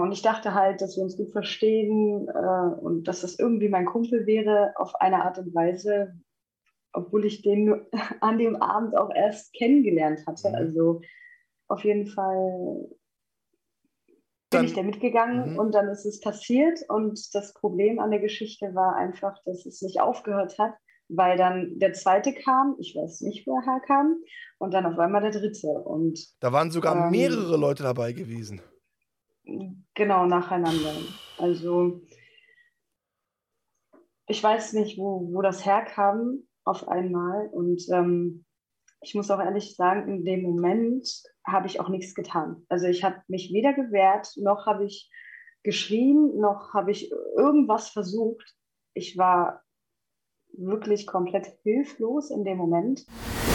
und ich dachte halt, dass wir uns gut verstehen und dass das irgendwie mein Kumpel wäre auf eine Art und Weise, obwohl ich den nur an dem Abend auch erst kennengelernt hatte. Mhm. Also auf jeden Fall bin ich Dann da mitgegangen mhm. und dann ist es passiert. Und das Problem an der Geschichte war einfach, dass es nicht aufgehört hat, weil dann der zweite kam, ich weiß nicht, woher er kam, und dann auf einmal der dritte. Und Da waren sogar mehrere ähm, Leute dabei gewesen. genau nacheinander. Also ich weiß nicht, wo das herkam auf einmal. Und ich muss auch ehrlich sagen, in dem Moment habe ich auch nichts getan. Also ich habe mich weder gewehrt, noch habe ich geschrien, noch habe ich irgendwas versucht. Ich war wirklich komplett hilflos in dem Moment.